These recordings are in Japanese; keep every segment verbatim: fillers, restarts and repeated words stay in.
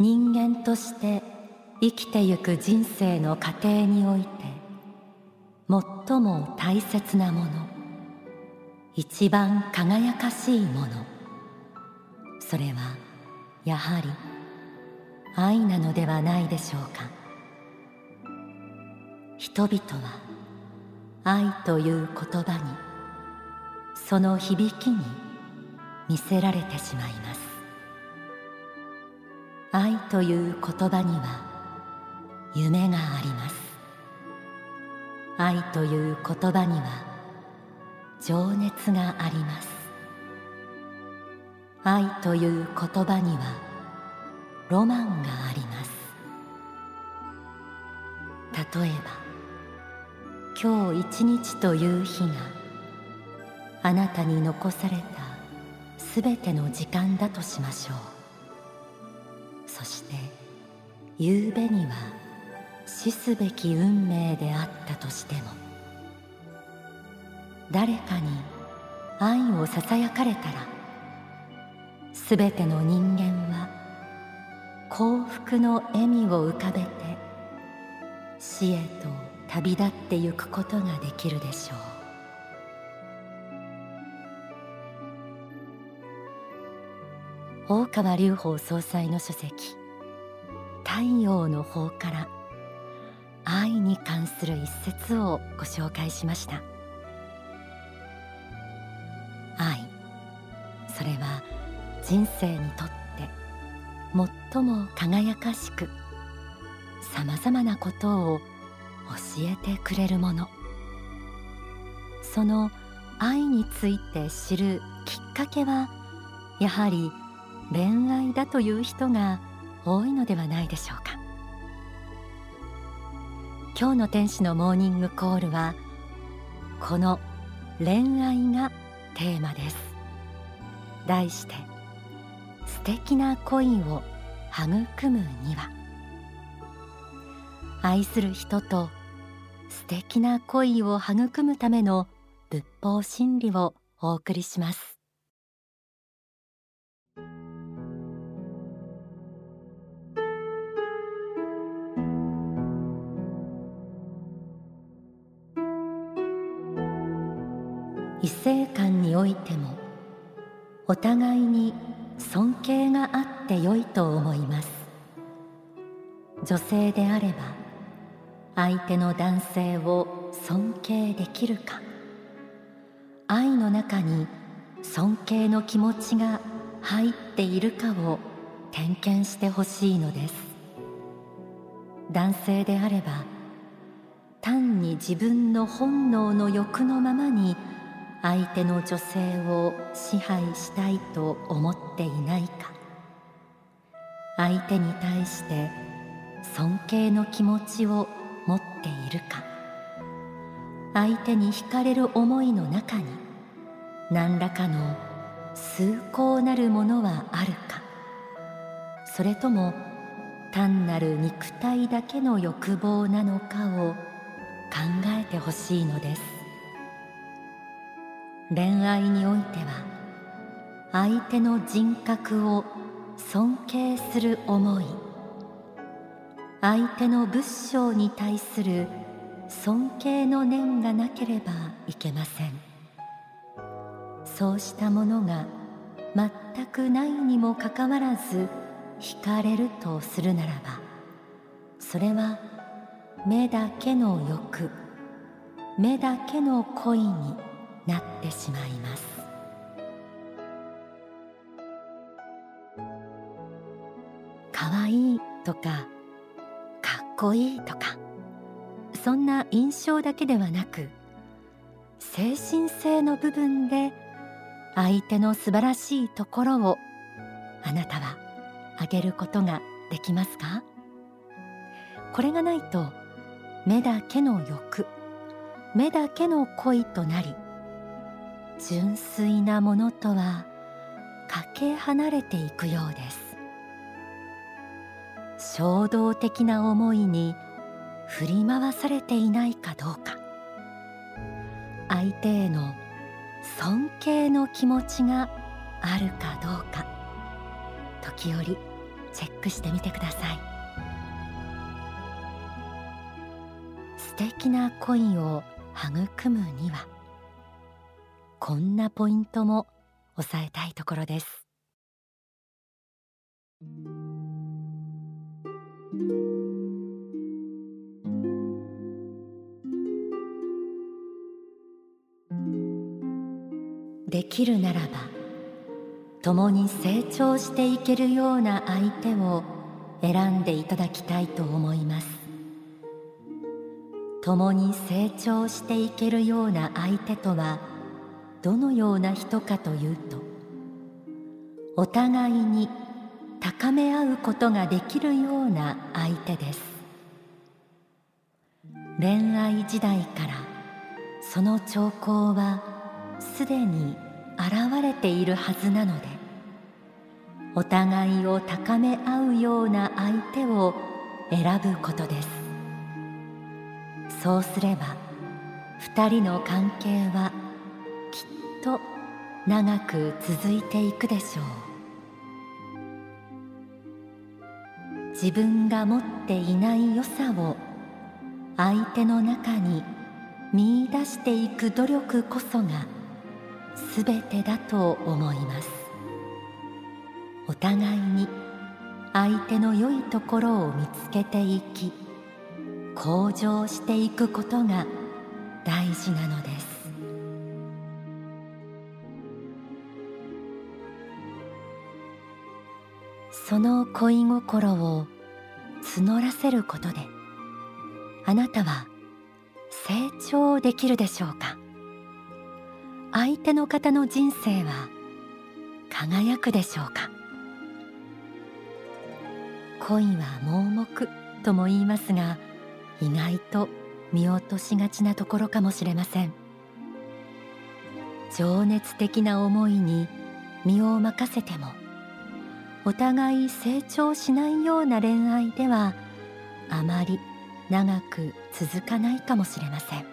人間として生きてゆく人生の過程において最も大切なもの、一番輝かしいもの、それはやはり愛なのではないでしょうか。人々は愛という言葉に、その響きに魅せられてしまいます。愛という言葉には夢があります。愛という言葉には情熱があります。愛という言葉にはロマンがあります。例えば、今日一日という日があなたに残されたすべての時間だとしましょう。そして夕べには死すべき運命であったとしても、誰かに愛をささやかれたら、すべての人間は幸福の笑みを浮かべて死へと旅立ってゆくことができるでしょう。大川隆法総裁の書籍「太陽の方」から愛に関する一節をご紹介しました。愛、それは人生にとって最も輝かしく、さまざまなことを教えてくれるもの。その愛について知るきっかけは、やはり恋愛だという人が多いのではないでしょうか。今日の天使のモーニングコールは、この恋愛がテーマです。題して、素敵な恋を育むには。愛する人と素敵な恋を育むための仏法真理をお送りします。異性間においてもお互いに尊敬があってよいと思います。女性であれば相手の男性を尊敬できるか、愛の中に尊敬の気持ちが入っているかを点検してほしいのです。男性であれば単に自分の本能の欲のままに相手の女性を支配したいと思っていないか、相手に対して尊敬の気持ちを持っているか、相手に惹かれる思いの中に何らかの崇高なるものはあるか、それとも単なる肉体だけの欲望なのかを考えてほしいのです。恋愛においては相手の人格を尊敬する思い、相手の仏性に対する尊敬の念がなければいけません。そうしたものが全くないにもかかわらず惹かれるとするならば、それは目だけの欲、目だけの恋になってしまいます。かわいいとかかっこいいとか、そんな印象だけではなく、精神性の部分で相手の素晴らしいところをあなたは挙げることができますか？これがないと目だけの欲、目だけの恋となり、純粋なものとはかけ離れていくようです。衝動的な思いに振り回されていないかどうか、相手への尊敬の気持ちがあるかどうか、時折チェックしてみてください。素敵な恋を育むには、こんなポイントも押さえたいところです。できるならば、共に成長していけるような相手を選んでいただきたいと思います。共に成長していけるような相手とはどのような人かというと、お互いに高め合うことができるような相手です。恋愛時代からその兆候はすでに現れているはずなので、お互いを高め合うような相手を選ぶことです。そうすれば二人の関係はきっと長く続いていくでしょう。自分が持っていない良さを相手の中に見出していく努力こそがすべてだと思います。お互いに相手の良いところを見つけていき、向上していくことが大事なのです。その恋心を募らせることで、あなたは成長できるでしょうか。相手の方の人生は輝くでしょうか。恋は盲目とも言いますが、意外と見落としがちなところかもしれません。情熱的な思いに身を任せても、お互い成長しないような恋愛ではあまり長く続かないかもしれません。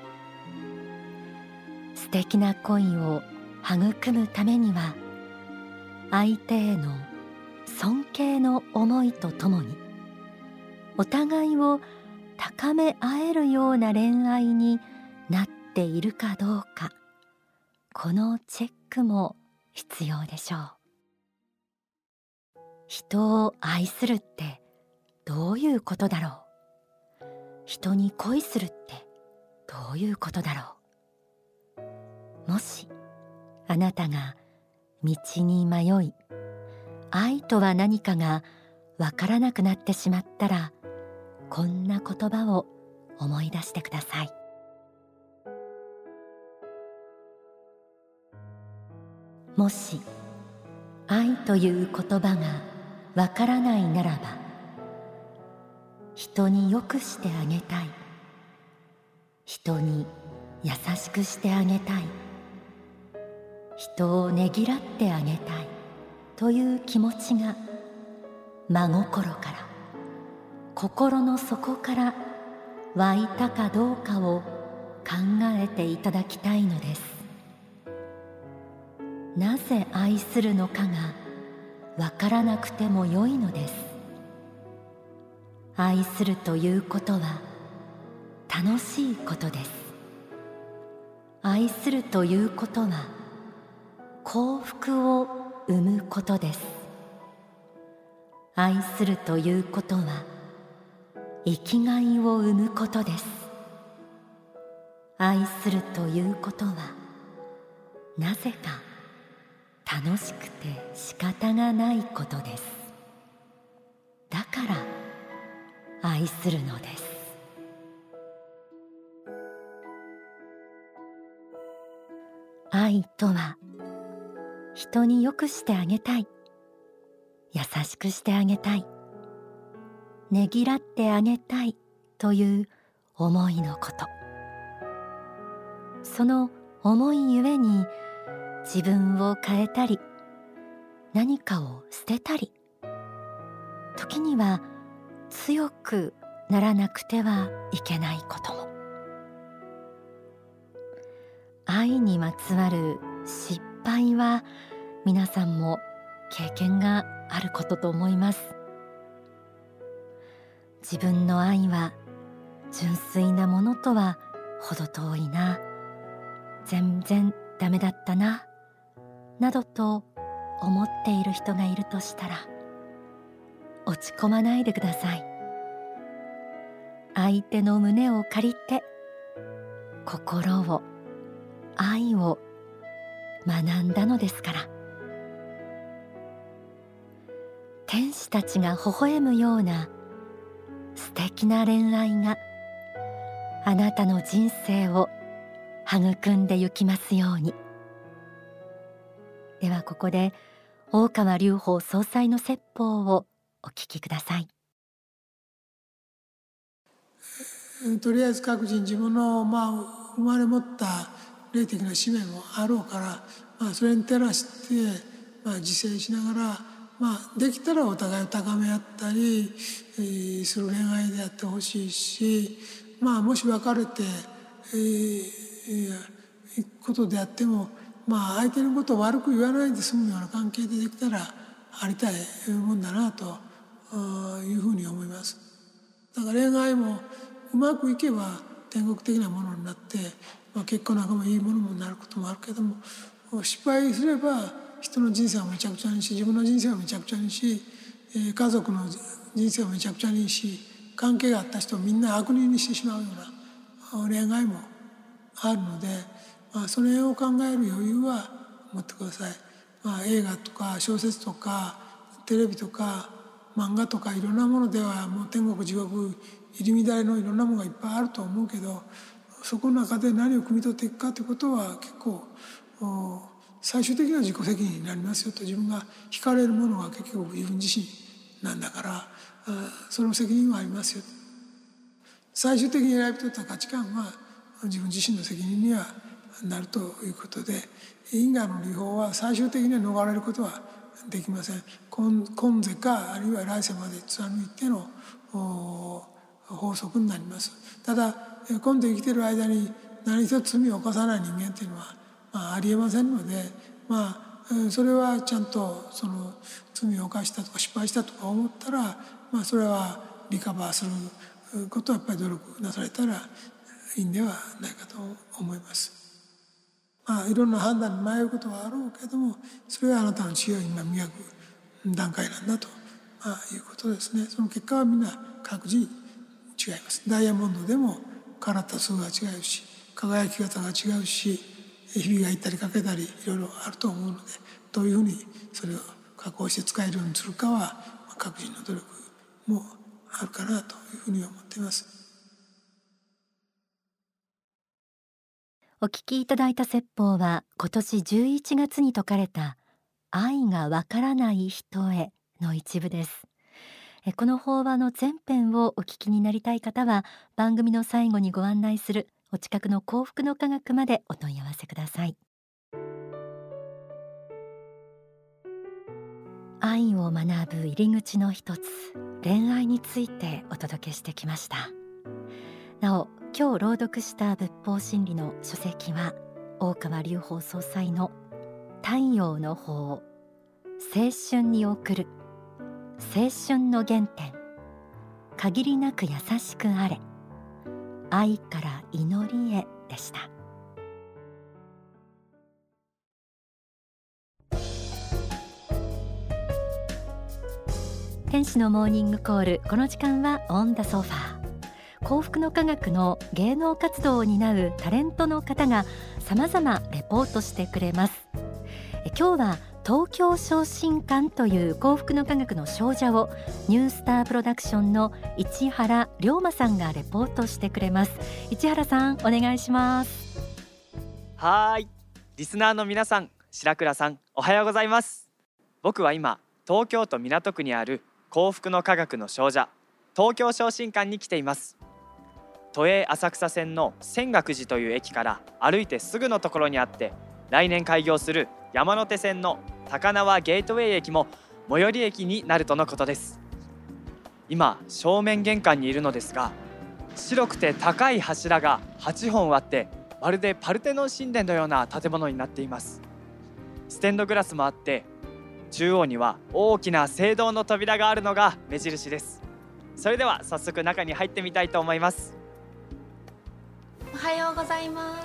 素敵な恋を育むためには、相手への尊敬の思いとともに、お互いを高め合えるような恋愛になっているかどうか、このチェックも必要でしょう。人を愛するってどういうことだろう。人に恋するってどういうことだろう。もしあなたが道に迷い、愛とは何かがわからなくなってしまったら、こんな言葉を思い出してください。もし愛という言葉がわからないならば、人によくしてあげたい、人に優しくしてあげたい、人をねぎらってあげたいという気持ちが真心から、心の底から湧いたかどうかを考えていただきたいのです。なぜ愛するのかがわからなくてもよいのです。愛するということは楽しいことです。愛するということは幸福を生むことです。愛するということは生きがいを生むことです。愛するということはなぜか楽しくて仕方がないことです。だから愛するのです。愛とは、人によくしてあげたい、優しくしてあげたい、ねぎらってあげたいという思いのこと。その思いゆえに自分を変えたり、何かを捨てたり、時には強くならなくてはいけないことも。愛にまつわる失敗は皆さんも経験があることと思います。 自分の愛は純粋なものとは程遠いな、全然ダメだったな、などと思っている人がいるとしたら、落ち込まないでください。相手の胸を借りて、心を、愛を学んだのですから。天使たちが微笑むような素敵な恋愛があなたの人生を育んでゆきますように。ではここで大川隆法総裁の説法をお聞きください。 とりあえず各人自分の、まあ、生まれ持った霊的な使命もあろうから、まあ、それに照らして、まあ、自制しながら、まあ、できたらお互いを高め合ったり、えー、する恋愛であってほしいし、まあ、もし別れて、えー、行くことであっても、まあ、相手のことを悪く言わないで済むような関係でできたらありたいもんだなというふうに思います。だから恋愛もうまくいけば天国的なものになって、まあ、結婚なんかもいいものになることもあるけども、失敗すれば人の人生をめちゃくちゃにし、自分の人生をめちゃくちゃにし、家族の人生をめちゃくちゃにし、関係があった人をみんな悪人にしてしまうような恋愛もあるので、まあ、その辺を考える余裕は持ってください。まあ、映画とか小説とかテレビとか漫画とかいろんなものではもう天国地獄入り乱れのいろんなものがいっぱいあると思うけど、そこの中で何を汲み取っていくかということは結構最終的な自己責任になりますよと。自分が惹かれるものは結局自分自身なんだから、その責任はありますよ。最終的に選び取った価値観は自分自身の責任にはなるということで、因果の理法は最終的には逃れることはできません。今今世かあるいは来世まで貫いての法則になります。ただ今度生きている間に何一つ罪を犯さない人間っていうのは、まあ、ありえませんので、まあ、それはちゃんとその罪を犯したとか失敗したとか思ったら、まあ、それはリカバーすることはやっぱり努力なされたらいいんではないかと思います。まあ、いろんな判断に迷うことはあろうけども、それはあなたの知恵を今磨く段階なんだと、まあ、いうことですね。その結果はみんな各自に違います。ダイヤモンドでもカラット数が違うし、輝き方が違うし、ひびがいったりかけたりいろいろあると思うので、どういうふうにそれを加工して使えるようにするかは各人の努力もあるかなというふうに思っています。 お聞きいただいた説法は今年じゅういちがつに説かれた愛がわからない人への一部です。この法話の全編をお聞きになりたい方は番組の最後にご案内するお近くの幸福の科学までお問い合わせください。愛を学ぶ入り口の一つ、恋愛についてお届けしてきました。なお、今日朗読した仏法真理の書籍は大川隆法総裁の太陽の法、青春に送る青春の原点、限りなく優しくあれ、愛から祈りへでした。天使のモーニングコール、この時間はオンダソファー。幸福の科学の芸能活動を担うタレントの方がさまざまレポートしてくれます。今日は東京昇進館という幸福の科学の少女をニュースタープロダクションの市原龍馬さんがレポートしてくれます。市原さん、お願いします。 はい、リスナーの皆さん、白倉さん、おはようございます。僕は今東京都港区にある幸福の科学の少女東京昇進館に来ています。都営浅草線の泉岳寺という駅から歩いてすぐのところにあって、来年開業する山手線の高輪ゲートウェイ駅も最寄り駅になるとのことです。今正面玄関にいるのですが、白くて高い柱がはちほんあって、まるでパルテノン神殿のような建物になっています。ステンドグラスもあって、中央には大きな青銅の扉があるのが目印です。 それでは早速中に入ってみたいと思います。 おはようございます。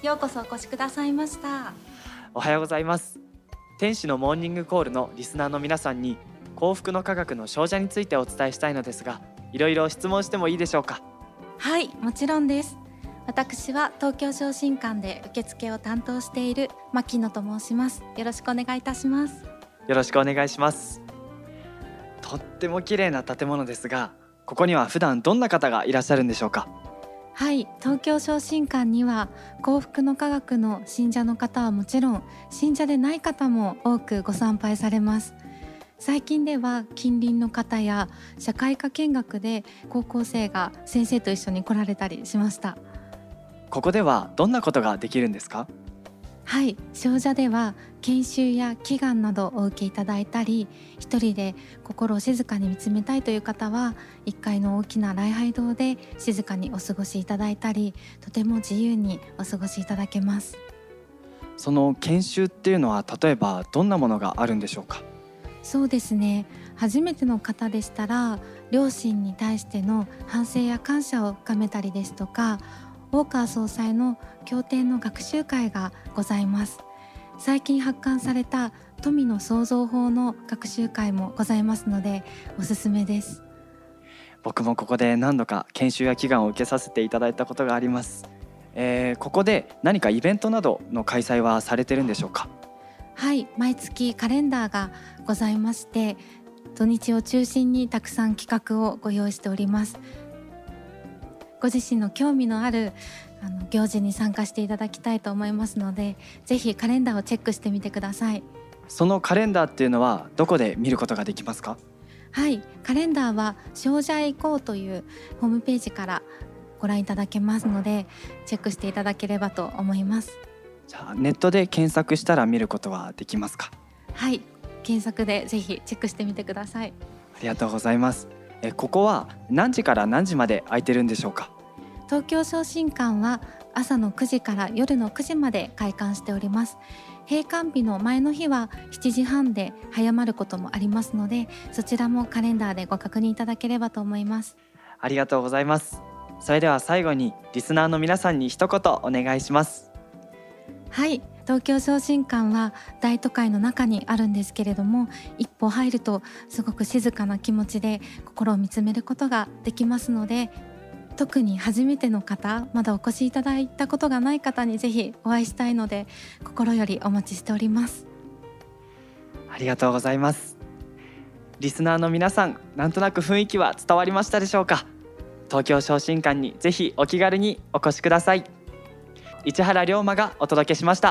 ようこそお越しくださいました。 おはようございます。天使のモーニングコールのリスナーの皆さんに幸福の科学の少女についてお伝えしたいのですが、いろいろ質問してもいいでしょうか？ はい、もちろんです。私は東京昇進館で受付を担当している牧野と申します。よろしくお願いいたします。 よろしくお願いします。とっても綺麗な建物ですが、ここには普段どんな方がいらっしゃるんでしょうか？ はい、東京昇進館には幸福の科学の信者の方はもちろん、信者でない方も多くご参拝されます。最近では近隣の方や社会科見学で高校生が先生と一緒に来られたりしました。 ここではどんなことができるんですか？ はい、少女では研修や祈願などをお受けいただいたり、一人で心を静かに見つめたいという方はいっかいの大きな礼拝堂で静かにお過ごしいただいたり、とても自由にお過ごしいただけます。 その研修っていうのは例えばどんなものがあるんでしょうか？ そうですね、初めての方でしたら両親に対しての反省や感謝を深めたりですとか、大川総裁の経典の学習会がございます。最近発刊された富の創造法の学習会もございますのでおすすめです。 僕もここで何度か研修や祈願を受けさせていただいたことがあります。えー、ここで何かイベントなどの開催はされてるんでしょうか？ はい、毎月カレンダーがございまして、土日を中心にたくさん企画をご用意しております。ご自身の興味のあるあの行事に参加していただきたいと思いますので、ぜひカレンダーをチェックしてみてください。 そのカレンダーっていうのはどこで見ることができますか？ はい、カレンダーは少女へ行こうというホームページからご覧いただけますので、チェックしていただければと思います。 じゃあネットで検索したら見ることはできますか？ はい、検索でぜひチェックしてみてください。 ありがとうございます。えここは何時から何時まで空いてるんでしょうか？ 東京昇進館は朝のくじから夜のくじまで開館しております。閉館日の前の日はしちじはんで早まることもありますので、そちらもカレンダーでご確認いただければと思います。 ありがとうございます。それでは最後にリスナーの皆さんに一言お願いします。 はい、東京昇進館は大都会の中にあるんですけれども、一歩入るとすごく静かな気持ちで心を見つめることができますので、特に初めての方、まだお越しいただいたことがない方にぜひお会いしたいので、心よりお待ちしております。 ありがとうございます。リスナーの皆さん、なんとなく雰囲気は伝わりましたでしょうか？東京昇進館にぜひお気軽にお越しください。市原龍馬がお届けしました。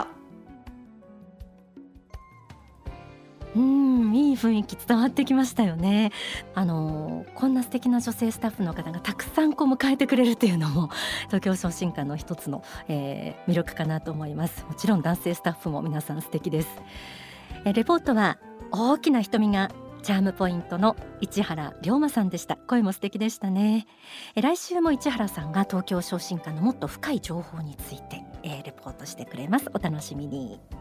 うん、いい雰囲気伝わってきましたよね。あのこんな素敵な女性スタッフの方がたくさんこう迎えてくれるっていうのも東京昇進館の一つの、えー、魅力かなと思います。もちろん男性スタッフも皆さん素敵です。えレポートは大きな瞳がチャームポイントの市原龍馬さんでした。声も素敵でしたね。え来週も市原さんが東京昇進館のもっと深い情報について、えー、レポートしてくれます。お楽しみに。